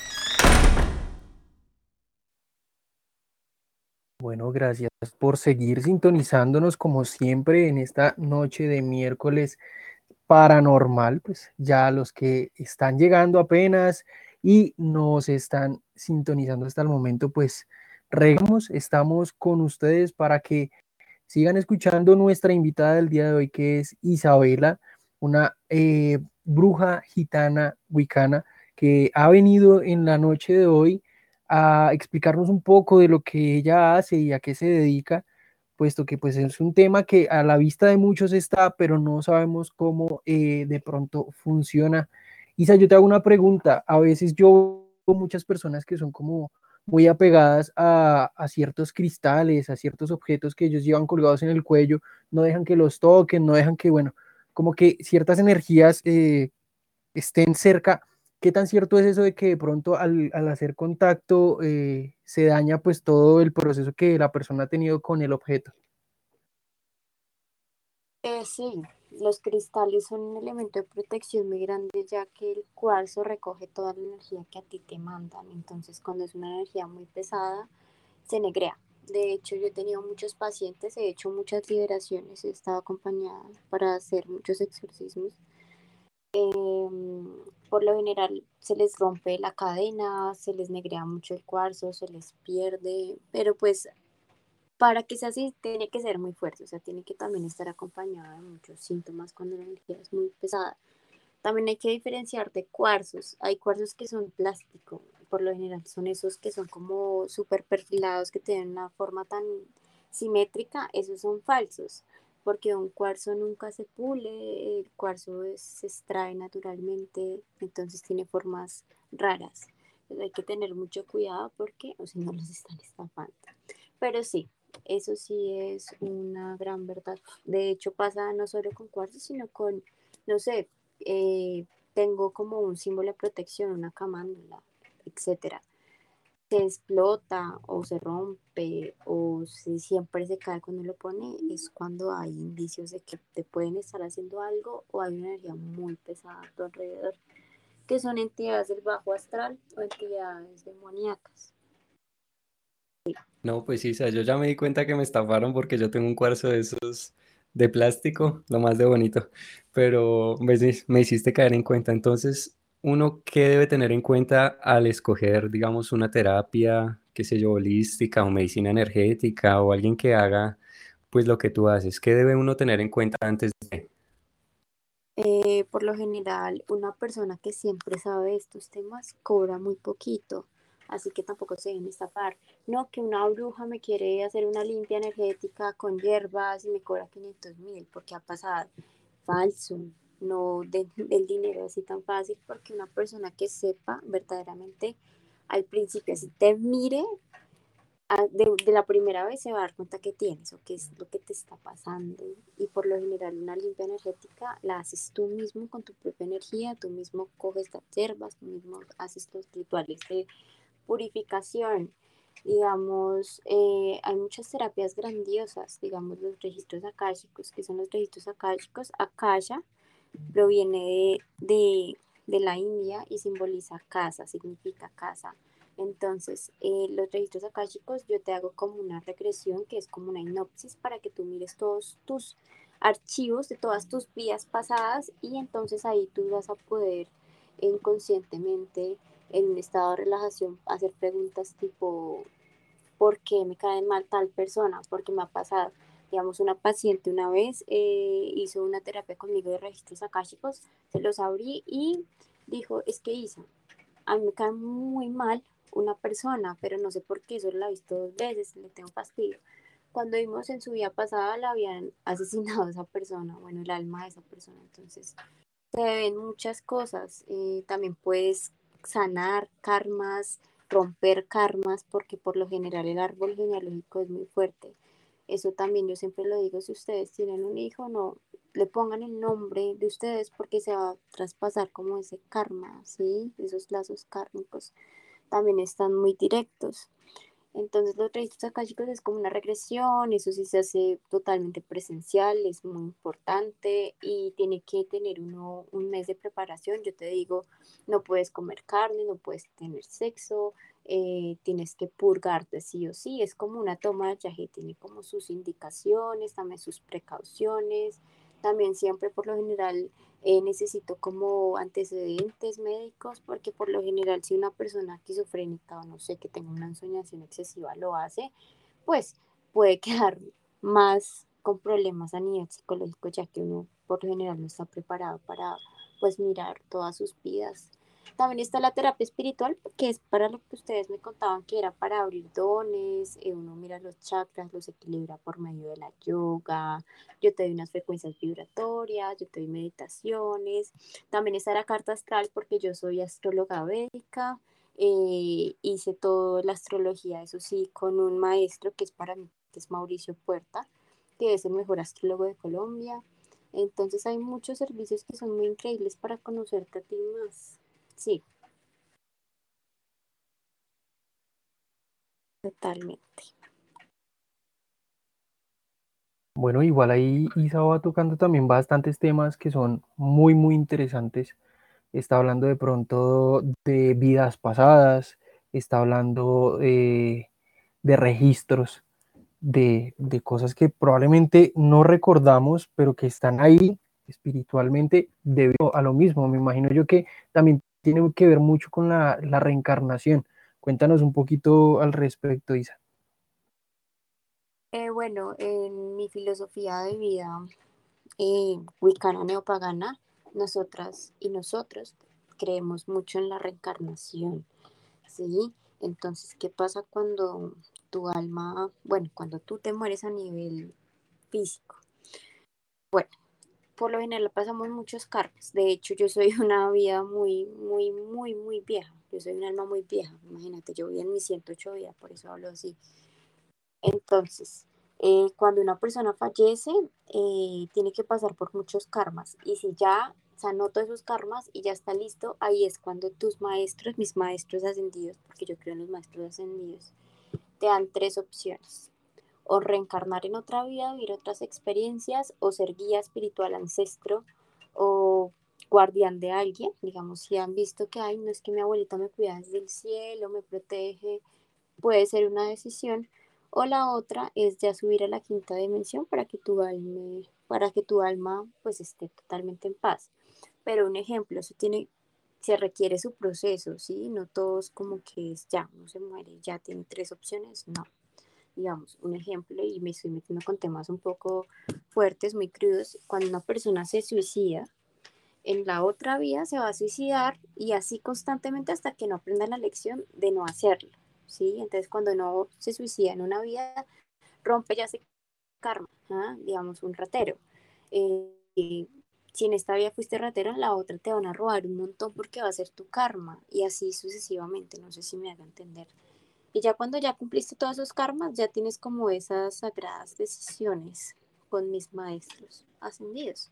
Bueno, gracias por seguir sintonizándonos como siempre en esta noche de miércoles paranormal, pues ya los que están llegando apenas y nos están sintonizando hasta el momento, pues estamos con ustedes para que sigan escuchando nuestra invitada del día de hoy, que es Isabela, una bruja gitana wicana que ha venido en la noche de hoy a explicarnos un poco de lo que ella hace y a qué se dedica, puesto que pues es un tema que a la vista de muchos está, pero no sabemos cómo de pronto funciona. Isa, yo te hago una pregunta. A veces yo veo muchas personas que son como muy apegadas a ciertos cristales, a ciertos objetos que ellos llevan colgados en el cuello, no dejan que los toquen, no dejan que, bueno, como que ciertas energías estén cerca. ¿Qué tan cierto es eso de que de pronto al hacer contacto se daña pues todo el proceso que la persona ha tenido con el objeto? Sí, los cristales son un elemento de protección muy grande ya que el cuarzo recoge toda la energía que a ti te mandan. Entonces, cuando es una energía muy pesada, se negrea. De hecho, yo he tenido muchos pacientes, he hecho muchas liberaciones, he estado acompañada para hacer muchos exorcismos. Por lo general se les rompe la cadena, se les negrea mucho el cuarzo, se les pierde, pero pues para que sea así tiene que ser muy fuerte, o sea, tiene que también estar acompañada de muchos síntomas cuando la energía es muy pesada. También hay que diferenciar de cuarzos. Hay cuarzos que son plástico, por lo general son esos que son como súper perfilados, que tienen una forma tan simétrica, esos son falsos, porque un cuarzo nunca se pule, el cuarzo se extrae naturalmente, entonces tiene formas raras. Entonces hay que tener mucho cuidado porque o si no los están estafando. Pero sí, eso sí es una gran verdad. De hecho pasa no solo con cuarzos, sino con, no sé, eh, tengo como un símbolo de protección, una camándula, etcétera. Se explota o se rompe o si siempre se cae cuando lo pone, es cuando hay indicios de que te pueden estar haciendo algo o hay una energía muy pesada a tu alrededor, que son entidades del bajo astral o entidades demoníacas. No, pues sí, o sea, yo ya me di cuenta que me estafaron porque yo tengo un cuarzo de esos de plástico, lo más de bonito, pero me hiciste caer en cuenta. Entonces, ¿uno qué debe tener en cuenta al escoger, digamos, una terapia, qué sé yo, holística o medicina energética o alguien que haga, pues, lo que tú haces? ¿Qué debe uno tener en cuenta antes de? Por lo general, una persona que siempre sabe estos temas cobra muy poquito, así que tampoco se deben estafar. No que una bruja me quiere hacer una limpia energética con hierbas y me cobra 500.000, porque ha pasado. Falso, no del dinero así tan fácil, porque una persona que sepa verdaderamente al principio, así te mire de la primera vez se va a dar cuenta que tienes o qué es lo que te está pasando. Y por lo general una limpia energética la haces tú mismo con tu propia energía, tú mismo coges las hierbas, tú mismo haces tus rituales de purificación. Digamos, hay muchas terapias grandiosas, digamos los registros akáshicos, que son los registros akáshicos. Akasha proviene de la India y simboliza casa, significa casa. Entonces, los registros akáshicos yo te hago como una regresión que es como una hipnosis para que tú mires todos tus archivos de todas tus vidas pasadas y entonces ahí tú vas a poder inconscientemente en un estado de relajación hacer preguntas tipo ¿por qué me caen mal tal persona? Porque me ha pasado. Digamos, una paciente una vez hizo una terapia conmigo de registros akáshicos, se los abrí y dijo, es que Isa, a mí me cae muy mal una persona, pero no sé por qué, solo la he visto 2 veces, le tengo fastidio. Cuando vimos en su vida pasada, la habían asesinado a esa persona, bueno, el alma de esa persona. Entonces, se ven muchas cosas. También puedes sanar karmas, romper karmas, porque por lo general el árbol genealógico es muy fuerte. Eso también yo siempre lo digo, si ustedes tienen un hijo, no le pongan el nombre de ustedes porque se va a traspasar como ese karma, ¿sí? Esos lazos kármicos también están muy directos. Entonces los registros akáshicos es como una regresión, eso sí se hace totalmente presencial, es muy importante y tiene que tener uno un mes de preparación. Yo te digo, no puedes comer carne, no puedes tener sexo, tienes que purgarte sí o sí, es como una toma de yaje, tiene como sus indicaciones, también sus precauciones, también siempre por lo general necesito como antecedentes médicos, porque por lo general si una persona esquizofrénica o no sé, que tenga una ensoñación excesiva lo hace, pues puede quedar más con problemas a nivel psicológico, ya que uno por lo general no está preparado para pues mirar todas sus vidas. También está la terapia espiritual, que es para lo que ustedes me contaban que era para abrir dones, uno mira los chakras, los equilibra por medio de la yoga, yo te doy unas frecuencias vibratorias, yo te doy meditaciones, también está la carta astral porque yo soy astróloga védica, hice toda la astrología, eso sí, con un maestro que es para mí, que es Mauricio Puerta, que es el mejor astrólogo de Colombia. Entonces hay muchos servicios que son muy increíbles para conocerte a ti más. Sí, totalmente. Bueno, igual ahí Isa va tocando también bastantes temas que son muy, muy interesantes. Está hablando de pronto de vidas pasadas, está hablando de registros, de cosas que probablemente no recordamos, pero que están ahí espiritualmente debido a lo mismo. Me imagino yo que también tiene que ver mucho con la reencarnación. Cuéntanos un poquito al respecto, Isa. Bueno, en mi filosofía de vida wicana neopagana, nosotras y nosotros creemos mucho en la reencarnación, ¿sí? Entonces, ¿qué pasa cuando tu alma, bueno, cuando tú te mueres a nivel físico? Bueno, por lo general pasamos muchos karmas. De hecho, yo soy una vida muy, muy, muy, muy vieja. Yo soy un alma muy vieja. Imagínate, yo voy en mis 108 vidas, por eso hablo así. Entonces, cuando una persona fallece, tiene que pasar por muchos karmas. Y si ya sanó todos esos karmas y ya está listo, ahí es cuando tus maestros, mis maestros ascendidos, porque yo creo en los maestros ascendidos, te dan tres opciones. O reencarnar en otra vida, vivir otras experiencias, o ser guía espiritual ancestro, o guardián de alguien. Digamos, si han visto que, ay, no es que mi abuelita me cuida desde el cielo, me protege, puede ser una decisión, o la otra es ya subir a la quinta dimensión para que tu alma pues esté totalmente en paz. Pero un ejemplo, se requiere su proceso, ¿sí? No todos como que es ya, no se muere, ya tiene tres opciones, no. Digamos, un ejemplo, y me estoy metiendo con temas un poco fuertes, muy crudos, cuando una persona se suicida, en la otra vida se va a suicidar y así constantemente hasta que no aprenda la lección de no hacerlo, ¿sí? Entonces cuando no se suicida en una vida, rompe ya ese karma, ¿ah? Digamos un ratero. Eh, si en esta vida fuiste ratero, en la otra te van a robar un montón porque va a ser tu karma y así sucesivamente, no sé si me haga entender. Y ya cuando ya cumpliste todos esos karmas, ya tienes como esas sagradas decisiones con mis maestros ascendidos.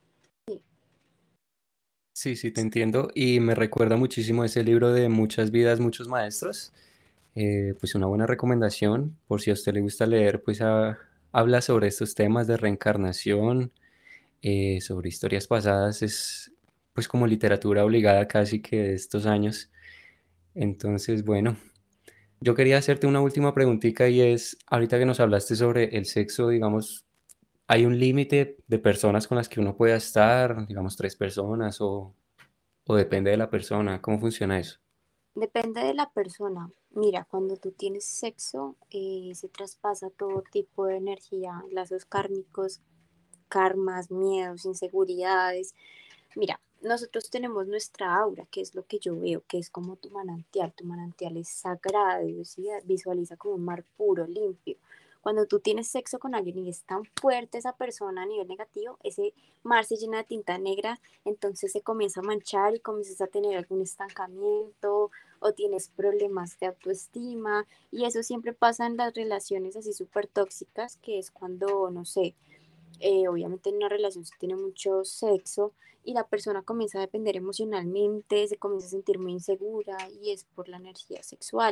Sí, sí, te entiendo. Y me recuerda muchísimo ese libro de Muchas vidas, muchos maestros. Pues una buena recomendación, por si a usted le gusta leer, pues habla sobre estos temas de reencarnación, sobre historias pasadas. Es pues como literatura obligada casi que de estos años. Entonces, bueno, yo quería hacerte una última preguntita y es, ahorita que nos hablaste sobre el sexo, digamos, ¿hay un límite de personas con las que uno pueda estar, digamos, tres personas o depende de la persona? ¿Cómo funciona eso? Depende de la persona. Mira, cuando tú tienes sexo, se traspasa todo tipo de energía, lazos kármicos, karmas, miedos, inseguridades. Mira, nosotros tenemos nuestra aura, que es lo que yo veo, que es como tu manantial. Tu manantial es sagrado, ¿sí? Visualiza como un mar puro, limpio. Cuando tú tienes sexo con alguien y es tan fuerte esa persona a nivel negativo, ese mar se llena de tinta negra, entonces se comienza a manchar y comienzas a tener algún estancamiento o tienes problemas de autoestima. Y eso siempre pasa en las relaciones así súper tóxicas, que es cuando, no sé, obviamente en una relación se tiene mucho sexo y la persona comienza a depender emocionalmente, se comienza a sentir muy insegura y es por la energía sexual.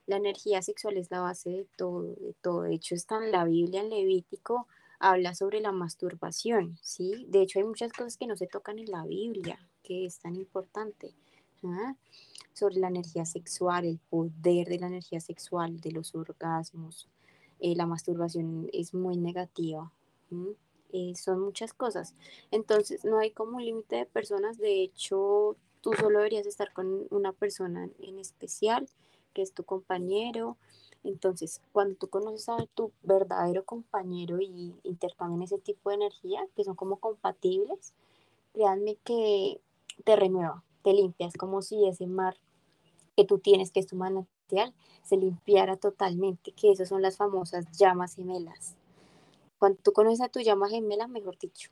La energía sexual es la base de todo, de todo. De hecho, está en la Biblia, en Levítico, habla sobre la masturbación, ¿sí? De hecho, hay muchas cosas que no se tocan en la Biblia, que es tan importante. ¿Ah? Sobre la energía sexual, el poder de la energía sexual, de los orgasmos. La masturbación es muy negativa. ¿M? Son muchas cosas. Entonces, no hay como un límite de personas. De hecho, tú solo deberías estar con una persona en especial, que es tu compañero. Entonces, cuando tú conoces a tu verdadero compañero y intercambian ese tipo de energía, que son como compatibles, créanme que te renueva, te limpias, como si ese mar que tú tienes, que es tu manantial, se limpiara totalmente, que esas son las famosas llamas gemelas. Cuando tú conoces a tu llama gemela, mejor dicho,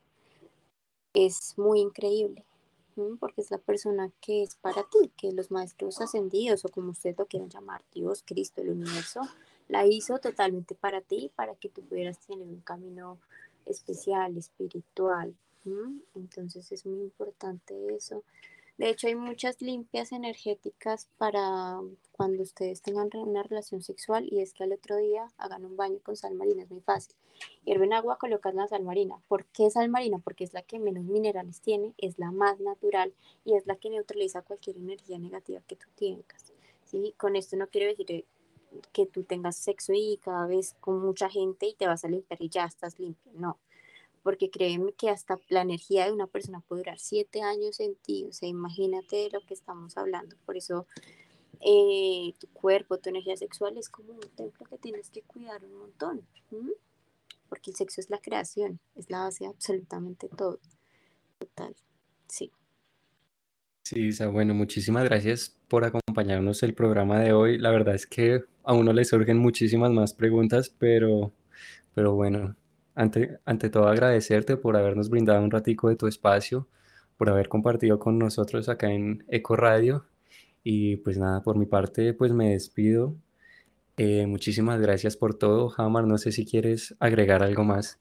es muy increíble, ¿m? Porque es la persona que es para ti, que los maestros ascendidos, o como ustedes lo quieran llamar, Dios, Cristo, el universo, la hizo totalmente para ti, para que tú pudieras tener un camino especial, espiritual. ¿M? Entonces es muy importante eso. De hecho, hay muchas limpias energéticas para cuando ustedes tengan una relación sexual, y es que al otro día hagan un baño con sal marina, es muy fácil. Hierven agua, colocas la sal marina. ¿Por qué sal marina? Porque es la que menos minerales tiene, es la más natural y es la que neutraliza cualquier energía negativa que tú tengas. ¿Sí? Con esto no quiero decir que tú tengas sexo y cada vez con mucha gente y te vas a limpiar y ya estás limpio, no, porque créeme que hasta la energía de una persona puede durar 7 años en ti, o sea, imagínate de lo que estamos hablando. Por eso tu cuerpo, tu energía sexual es como un templo que tienes que cuidar un montón, ¿m? Porque el sexo es la creación, es la base de absolutamente todo, total, sí. Sí, Isa, bueno, muchísimas gracias por acompañarnos el programa de hoy. La verdad es que a uno le surgen muchísimas más preguntas, pero bueno, ante todo agradecerte por habernos brindado un ratico de tu espacio, por haber compartido con nosotros acá en Eco Radio. Y pues nada, por mi parte, pues me despido. Muchísimas gracias por todo. Hamar, no sé si quieres agregar algo más.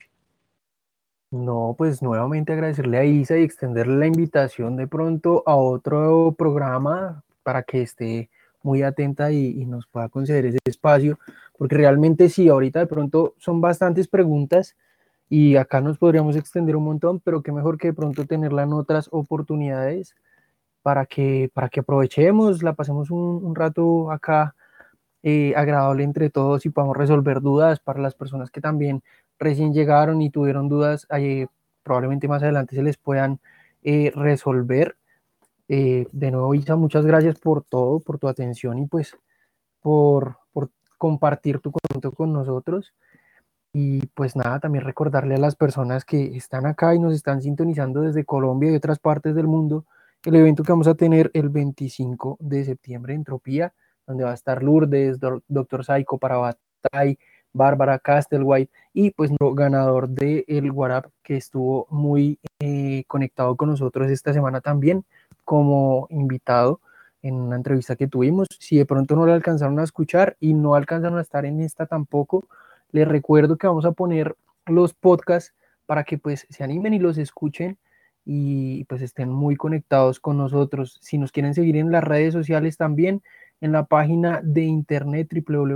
No, pues nuevamente agradecerle a Isa y extenderle la invitación de pronto a otro programa para que esté muy atenta y nos pueda conceder ese espacio, porque realmente sí, ahorita de pronto son bastantes preguntas y acá nos podríamos extender un montón, pero qué mejor que de pronto tenerla en otras oportunidades para que aprovechemos, la pasemos un rato acá agradable entre todos y podamos resolver dudas para las personas que también recién llegaron y tuvieron dudas, probablemente más adelante se les puedan resolver. De nuevo, Isa, muchas gracias por todo, por tu atención y pues por compartir tu conocimiento con nosotros. Y pues nada, también recordarle a las personas que están acá y nos están sintonizando desde Colombia y otras partes del mundo, el evento que vamos a tener el 25 de septiembre en Entropía, donde va a estar Lourdes, Dr. Psycho Parabatay, Bárbara Castelwhite y pues nuestro ganador del Warap, que estuvo muy conectado con nosotros esta semana también como invitado en una entrevista que tuvimos. Si de pronto no lo alcanzaron a escuchar y no alcanzaron a estar en esta tampoco, les recuerdo que vamos a poner los podcasts para que pues se animen y los escuchen y pues estén muy conectados con nosotros. Si nos quieren seguir en las redes sociales también, en la página de internet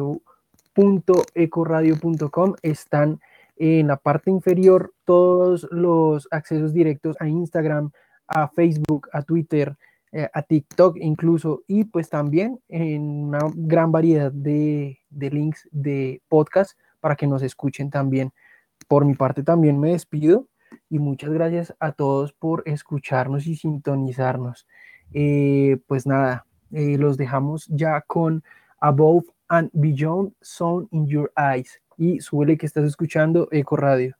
www.ecoradio.com están en la parte inferior todos los accesos directos a Instagram, a Facebook, a Twitter, a TikTok incluso, y pues también en una gran variedad de links de podcast para que nos escuchen también. Por mi parte también me despido y muchas gracias a todos por escucharnos y sintonizarnos. Pues nada, los dejamos ya con Above and Beyond, Sound in Your Eyes, y súbele que estás escuchando Eco Radio.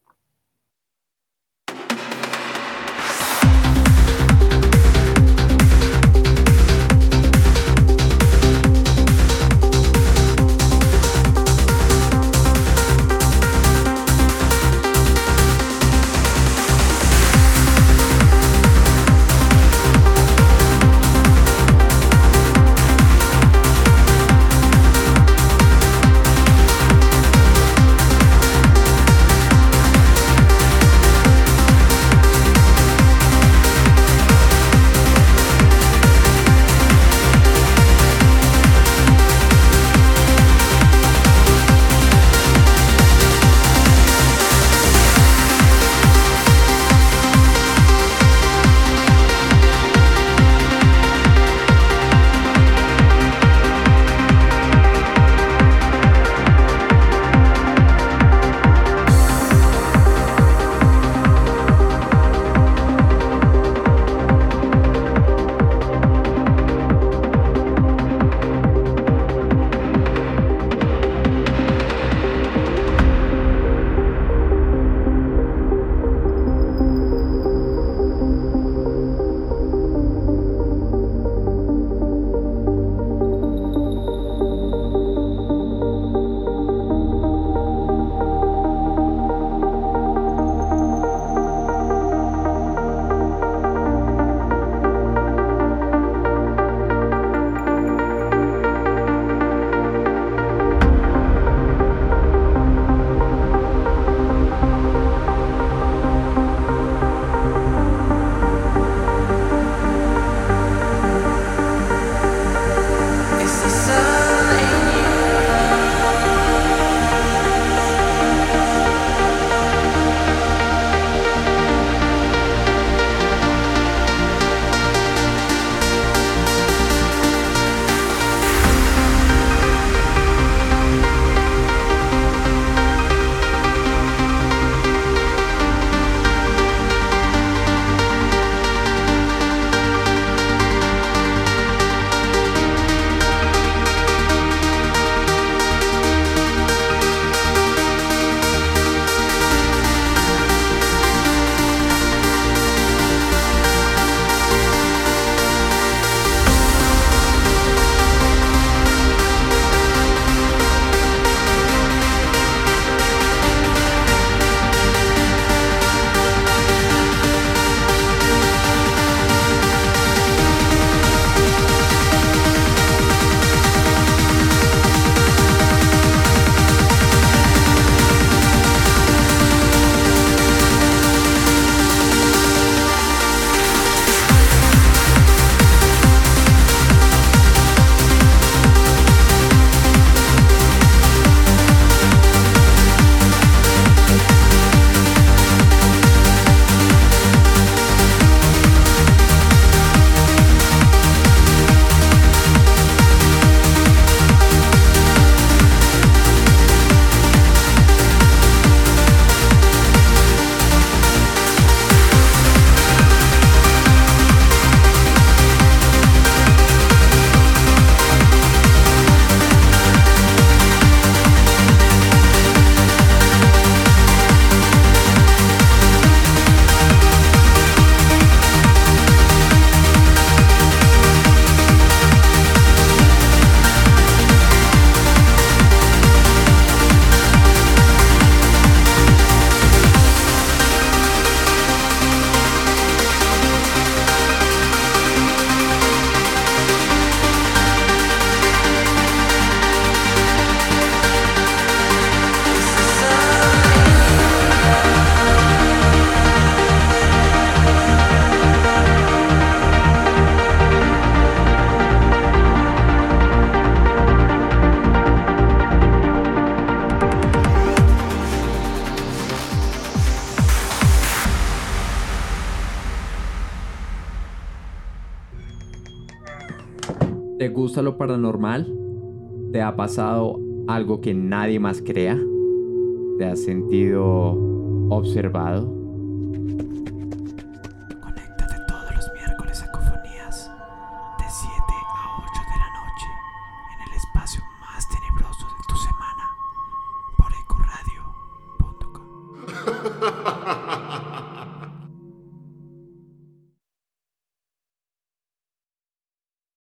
¿Te gusta lo paranormal? ¿Te ha pasado algo que nadie más crea? ¿Te has sentido observado?